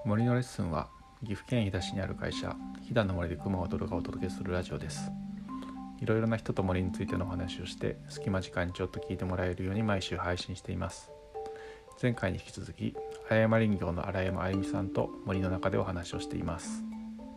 森のレッスンは岐阜県飛騨市にある会社飛騨の森で熊を取るがお届けするラジオです。いろいろな人と森についてのお話をして隙間時間にちょっと聞いてもらえるように毎週配信しています。前回に引き続き荒山林業の荒山あゆみさんと森の中でお話をしています。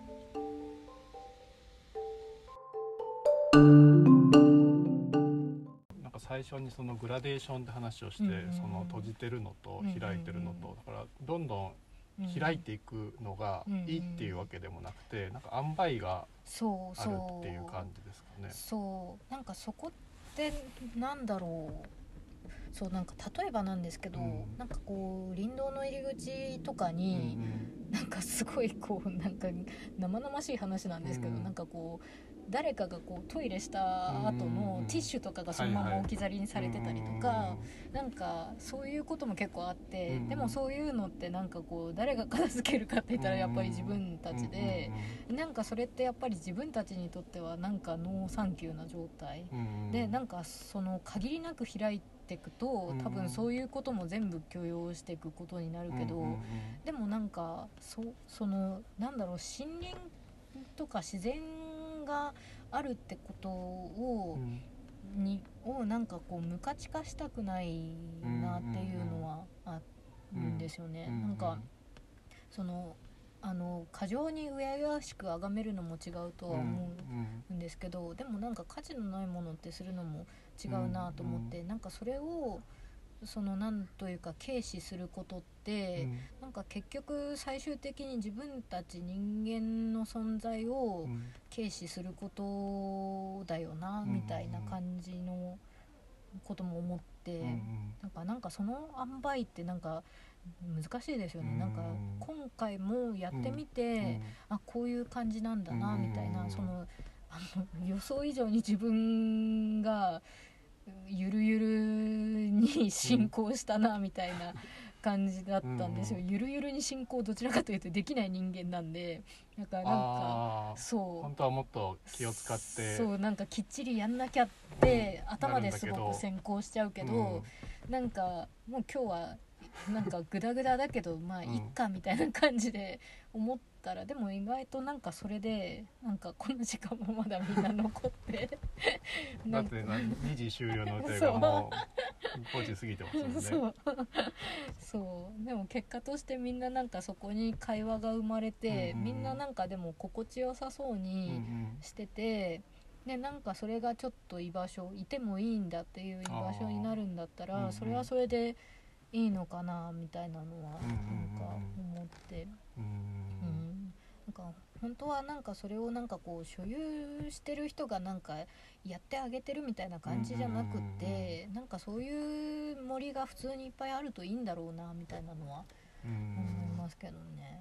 なんか最初にそのグラデーションって話をして、その閉じてるのと開いてるのと、だからどんどん開いていくのがいいっていうわけでもなくて、なんか塩梅があるっていう感じですかね。 そうなんかそこってなんだろう。そうなんか例えばなんですけど、なんかこう林道の入り口とかに、なんかすごいこうなんか生々しい話なんですけど、なんかこう誰かがこうトイレした後のティッシュとかがそのまま置き去りにされてたりとか、なんかそういうことも結構あって、でもそういうのってなんかこう誰が片付けるかって言ったらやっぱり自分たちで、なんかそれってやっぱり自分たちにとってはなんかノーサンキューな状態で、なんかその限りなく開いていくと多分そういうことも全部許容していくことになるけど、でもなんかそのなんだろう、森林とか自然があるってことをなんかこう無価値化したくないなっていうのはあるんですよね。なんかその過剰にうやうやしく崇めるのも違うとは思うんですけど、でもなんか価値のないものってするのも違うなと思って、なんかそれをそのなんというか軽視することって、なんか結局最終的に自分たち人間の存在を軽視することだよなみたいな感じのことも思って、なんかその塩梅ってなんか難しいですよね。なんか今回もやってみて、あこういう感じなんだなみたいな、その予想以上に自分がゆるゆるに進行したなみたいな感じだったんですよ。ゆるゆるに進行どちらかというとできない人間なんで、なんかそう本当はもっと気を使って、 そうなんかきっちりやんなきゃって頭ですごく先行しちゃうけど、なんかもう今日はなんかグダグダだけどまあいっかみたいな感じで思ったら、でも意外となんかそれでなんかこの時間もまだみんな残ってだって2時終了の予定がもう5時過ぎてますもんね。 そうでも結果としてみんななんかそこに会話が生まれて、みんななんかでも心地よさそうにしてて、でなんかそれがちょっと居場所いてもいいんだっていう居場所になるんだったら、それはそれでいいのかなみたいなのはなんか思って、なんか本当はなんかそれをなんかこう所有してる人がなんかやってあげてるみたいな感じじゃなくって、なんかそういう森が普通にいっぱいあるといいんだろうなみたいなのは思いますけどね。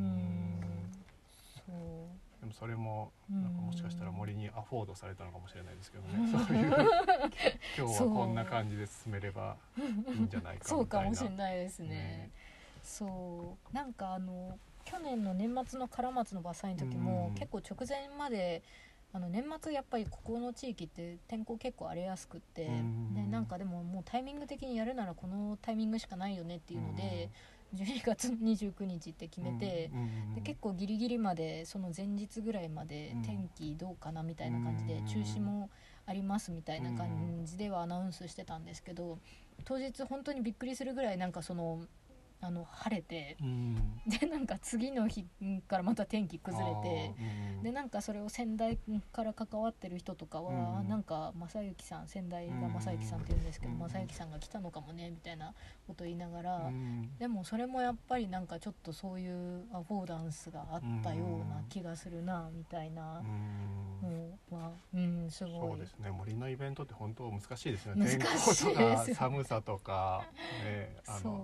そうでもそれもなんかもしかしたら森にアフォードされたのかもしれないですけどね。そういう今日はこんな感じで進めればいいんじゃないかみたいなそうかもしれないですね。そうなんか去年の年末の唐松の伐採の時も結構直前まで年末やっぱりここの地域って天候結構荒れやすくって、でなんかでももうタイミング的にやるならこのタイミングしかないよねっていうので、12月の29日って決めて、で結構ギリギリまでその前日ぐらいまで天気どうかなみたいな感じで中止もありますみたいな感じではアナウンスしてたんですけど、当日本当にびっくりするぐらいなんかその晴れて、でなんか次の日からまた天気崩れて、でなんかそれを先代から関わってる人とかは、なんか正幸さん、先代が正幸さんって言うんですけど、正幸さんが来たのかもねみたいなこと言いながら、でもそれもやっぱりなんかちょっとそういうアフォーダンスがあったような気がするなみたいなのは、すごいそうですね。森のイベントって本当難しいですね。天候とか寒さとか、ね、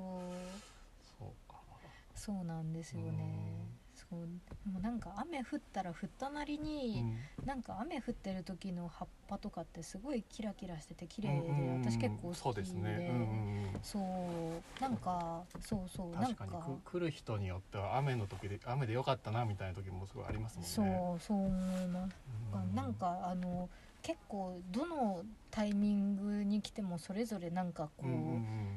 そうなんですよね。そうでもなんか雨降ったら降ったなりに、なんか雨降ってる時の葉っぱとかってすごいキラキラしてて綺麗で、私結構好きで、 そうですね。 そうなんかそう確かに来る人によっては雨の時で雨でよかったなみたいな時もすごいありますもんね。 そう思います。なんか結構どのタイミングに来てもそれぞれなんかこう、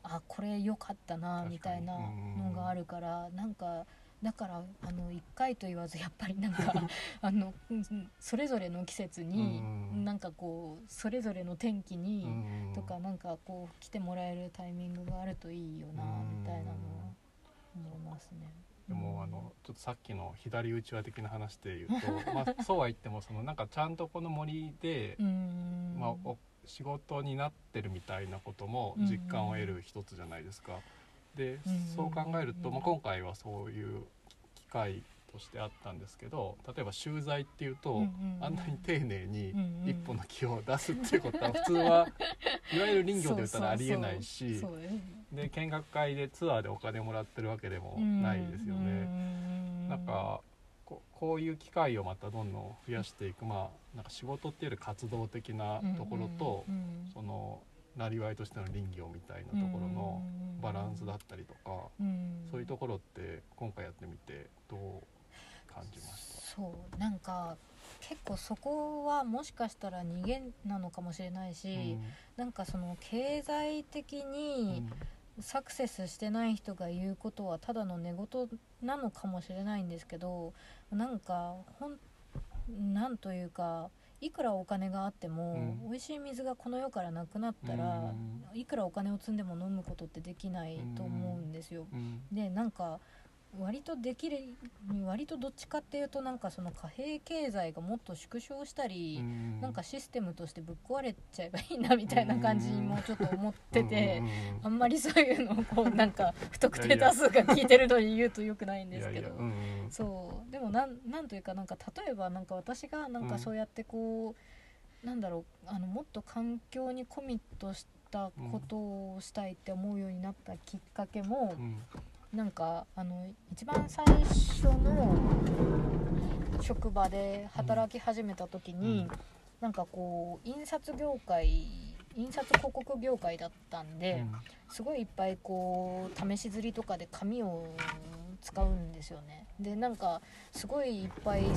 これ良かったなみたいなのがあるから、なんかだから1回と言わずやっぱりなんかそれぞれの季節になんかこうそれぞれの天気にとかなんかこう来てもらえるタイミングがあるといいよなみたいなのは思いますね。 でもちょっとさっきの左うちわ的な話で言うと、そうは言ってもなんかちゃんとこの森で仕事になってるみたいなことも実感を得る一つじゃないですか。でそう考えると、今回はそういう機会としてあったんですけど、例えば集材っていうと、あんなに丁寧に一本の木を出すっていうことは普通はいわゆる林業で言ったらありえないし、で見学会でツアーでお金もらってるわけでもないですよね。なんかこういう機会をまたどんどん増やしていく、なんか仕事っていうより活動的なところと、そのなりわいとしての林業みたいなところのバランスだったりとか、そういうところって今回やってみてどう感じました？ そうなんか結構そこはもしかしたら逃げなのかもしれないし、なんかその経済的にサクセスしてない人が言うことはただの寝言なのかもしれないんですけど、なんかなんというか、いくらお金があっても、美味しい水がこの世からなくなったら、いくらお金を積んでも飲むことってできないと思うんですよ。でなんか割とどっちかっていうと、なんかその貨幣経済がもっと縮小したり、なんかシステムとしてぶっ壊れちゃえばいいなみたいな感じもちょっと思ってて、あんまりそういうのをこうなんか不特定多数が聞いてるのに言うとよくないんですけど、そうでもなんというか、なんか例えばなんか私がなんかそうやってこう、なんだろう、もっと環境にコミットしたことをしたいって思うようになったきっかけも、なんか一番最初の職場で働き始めた時に、なんかこう印刷広告業界だったんで、すごいいっぱいこう試し刷りとかで紙を使うんですよね。でなんかすごいいっぱい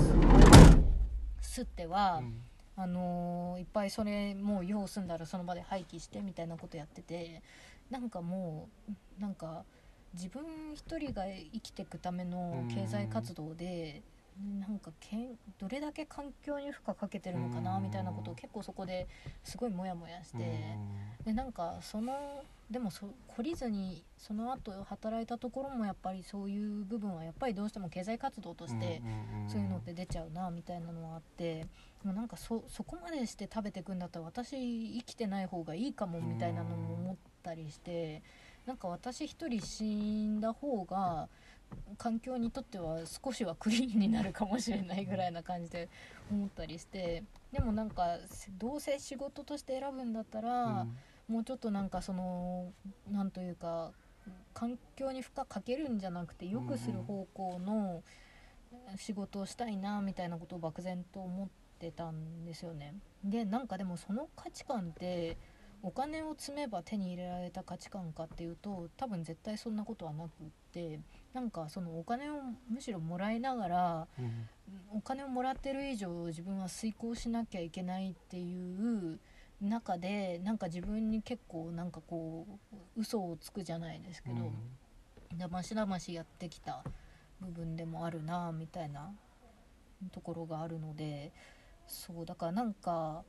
刷っては、いっぱいそれもう用済んだらその場で廃棄してみたいなことやってて、なんかもうなんか自分一人が生きていくための経済活動で、なんかどれだけ環境に負荷かけてるのかなみたいなことを結構そこですごいモヤモヤして、でなんかでも懲りずにその後働いたところもやっぱりそういう部分はやっぱりどうしても経済活動としてそういうのって出ちゃうなみたいなのがあって、もうなんかそこまでして食べていくんだったら私生きてない方がいいかもみたいなのも思ったりして、なんか私一人死んだ方が環境にとっては少しはクリーンになるかもしれないぐらいな感じで思ったりして、でもなんかどうせ仕事として選ぶんだったら、もうちょっとなんかなんというか環境に負荷かけるんじゃなくて良くする方向の仕事をしたいなみたいなことを漠然と思ってたんですよね。でなんかでもその価値観ってお金を積めば手に入れられた価値観かっていうと、多分絶対そんなことはなくって、なんかそのお金をむしろもらいながら、お金をもらってる以上自分は遂行しなきゃいけないっていう中で、なんか自分に結構なんかこう嘘をつくじゃないですけど、だましだましやってきた部分でもあるなみたいなところがあるので、そうだからなんか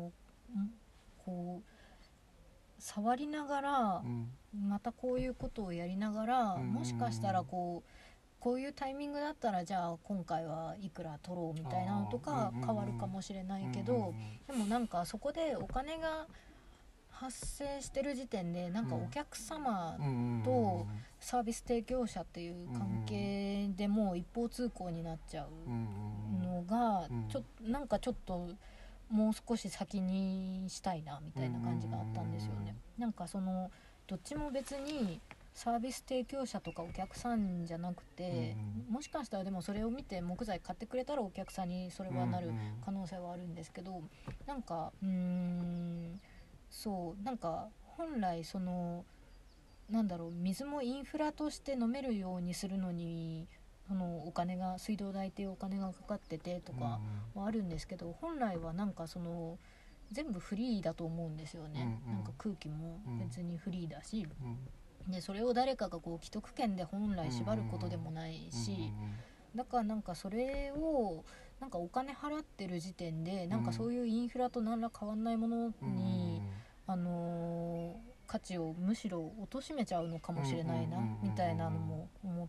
こう触りながら、またこういうことをやりながら、もしかしたらこういうタイミングだったらじゃあ今回はいくら取ろうみたいなのとか変わるかもしれないけど、でもなんかそこでお金が発生してる時点で、なんかお客様とサービス提供者っていう関係でもう一方通行になっちゃうのがなんかちょっともう少し先にしたいなみたいな感じがあったんですよね。なんかどっちも別にサービス提供者とかお客さんじゃなくて、もしかしたらでもそれを見て木材買ってくれたらお客さんにそれはなる可能性はあるんですけど、なんかそうなんか本来なんだろう、水もインフラとして飲めるようにするのにお金が水道代っていうお金がかかっててとかはあるんですけど、本来はなんか全部フリーだと思うんですよね、なんか空気も別にフリーだし、でそれを誰かがこう既得権で本来縛ることでもないし、だからなんかそれをなんかお金払ってる時点でなんかそういうインフラと何ら変わんないものに、価値をむしろ貶めちゃうのかもしれないなみたいなのも思って、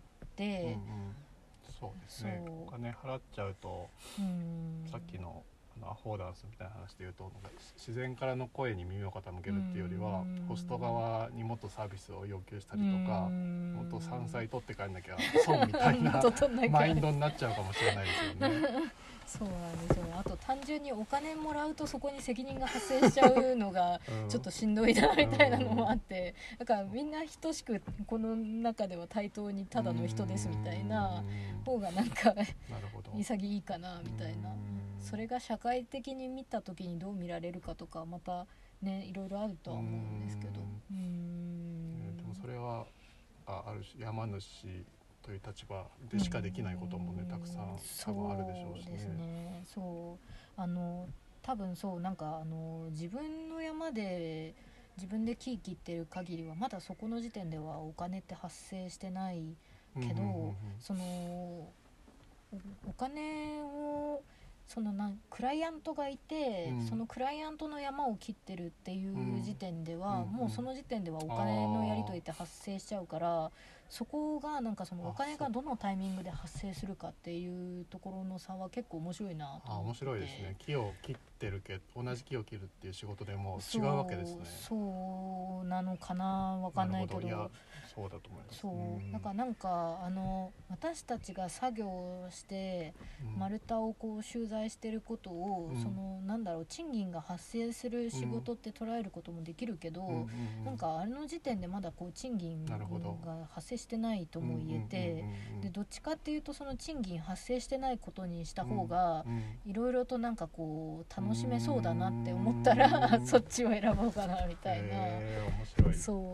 そうですね、お金払っちゃうと、さっきのアフォーダンスみたいな話で言うと、自然からの声に耳を傾けるっていうよりは、ホスト側にもっとサービスを要求したりとか、もっと山菜取って帰んなきゃ損みたいなマインドになっちゃうかもしれないですよね。 そうなんですよね。あと単純にお金もらうとそこに責任が発生しちゃうのがちょっとしんどいなみたいなのもあって、だからみんな等しくこの中では対等にただの人ですみたいな方がなんか潔いかなみたいな。それが社会的に見た時にどう見られるかとかまたねいろいろあるとは思うんですけど、 でもそれはある種山主という立場でしかできないこともね、たくさん多分あるでしょうしね。そうですね。 そう多分そうなんか自分の山で自分で木切ってる限りはまだそこの時点ではお金って発生してないけど、そのお金をクライアントがいて、そのクライアントの山を切ってるっていう時点では、もうその時点ではお金のやり取りって発生しちゃうから、そこがなんかそのお金がどのタイミングで発生するかっていうところの差は結構面白いなと思って。 面白いですね。木を切ってる同じ木を切るっていう仕事でも違うわけですね。 そうなのかな、分かんないけど。 いやそうだと思います。 そうだからなんか私たちが作業して丸太をこう収財してることを、なんだろう、賃金が発生する仕事って捉えることもできるけど、なんかあの時点でまだこう賃金が発生してないとも言えて、でどっちかっていうとその賃金発生してないことにした方がいろいろとなんかこう楽しめそうだなって思ったらそっちを選ぼうかなみたいな。 面白い。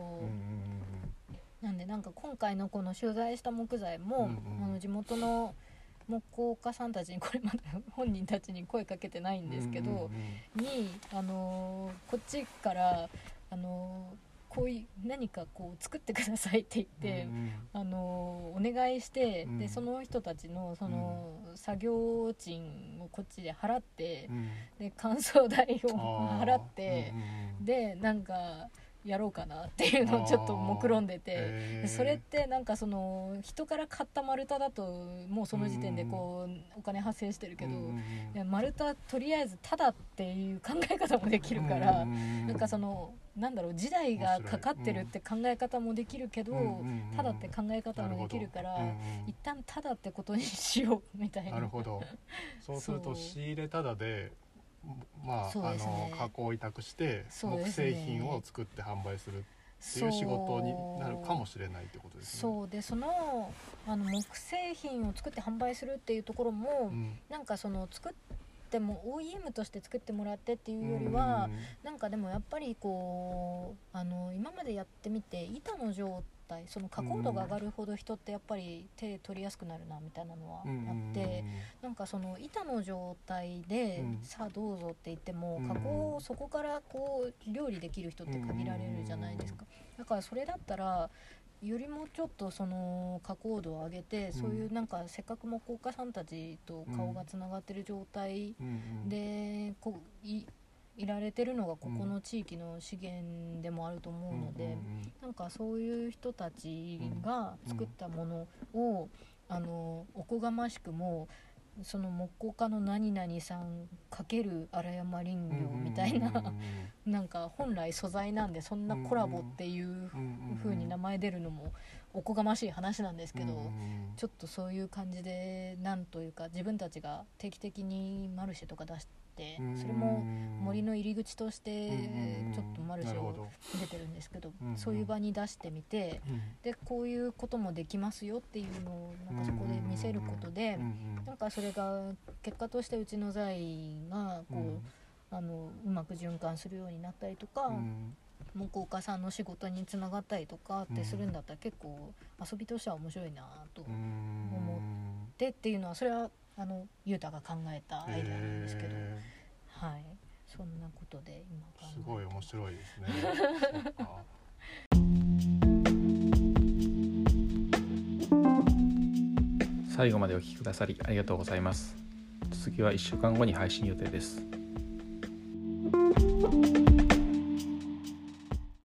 なんでなんか今回のこの取材した木材も、地元の木工家さんたちに、これまだ本人たちに声かけてないんですけど、にこっちからこういう何かこう作ってくださいって言って、お願いして、でその人たちのその作業賃をこっちで払って、で乾燥代を払って、でなんかやろうかなっていうのをちょっと目論んでて、それってなんかその人から買った丸太だともうその時点でこうお金発生してるけど、丸太とりあえずタダっていう考え方もできるから、なんかそのなんだろう、時代がかかってるって考え方もできるけど、タダって考え方もできるから、一旦タダってことにしようみたいな。 なるほど。そうすると仕入れタダで加工委託して木製品を作って販売するっていう仕事になるかもしれないってことですね。 そうで、その木製品を作って販売するっていうところも、なんかその作っても OEM として作ってもらってっていうよりは、なんかでもやっぱりこう今までやってみて板の状態、その加工度が上がるほど人ってやっぱり手取りやすくなるなみたいなのはあって、なんかその板の状態で、さあどうぞって言っても加工をそこからこう料理できる人って限られるじゃないですか。だからそれだったらよりもちょっとその加工度を上げて、そういうなんかせっかく木工家さんたちと顔がつながってる状態でいられてるのがここの地域の資源でもあると思うので、なんかそういう人たちが作ったものをおこがましくもその木工家の何々さん×荒山林業みたいななんか本来素材なんでそんなコラボっていう風に名前出るのもおこがましい話なんですけど、ちょっとそういう感じでなんというか自分たちが定期的にマルシェとか出して、それも森の入り口としてちょっとマルシェを出てるんですけど、そういう場に出してみて、でこういうこともできますよっていうのをなんかそこで見せることで、なんかそれが結果としてうちの財がこううまく循環するようになったりとか、木工家さんの仕事につながったりとかってするんだったら結構遊びとしては面白いなと思ってっていうのは、それはゆうたが考えたアイデアなんですけど、はい。 そんなことで今考えてすごい面白いですねそっか最後までお聞きくださりありがとうございます。続きは1週間後に配信予定です。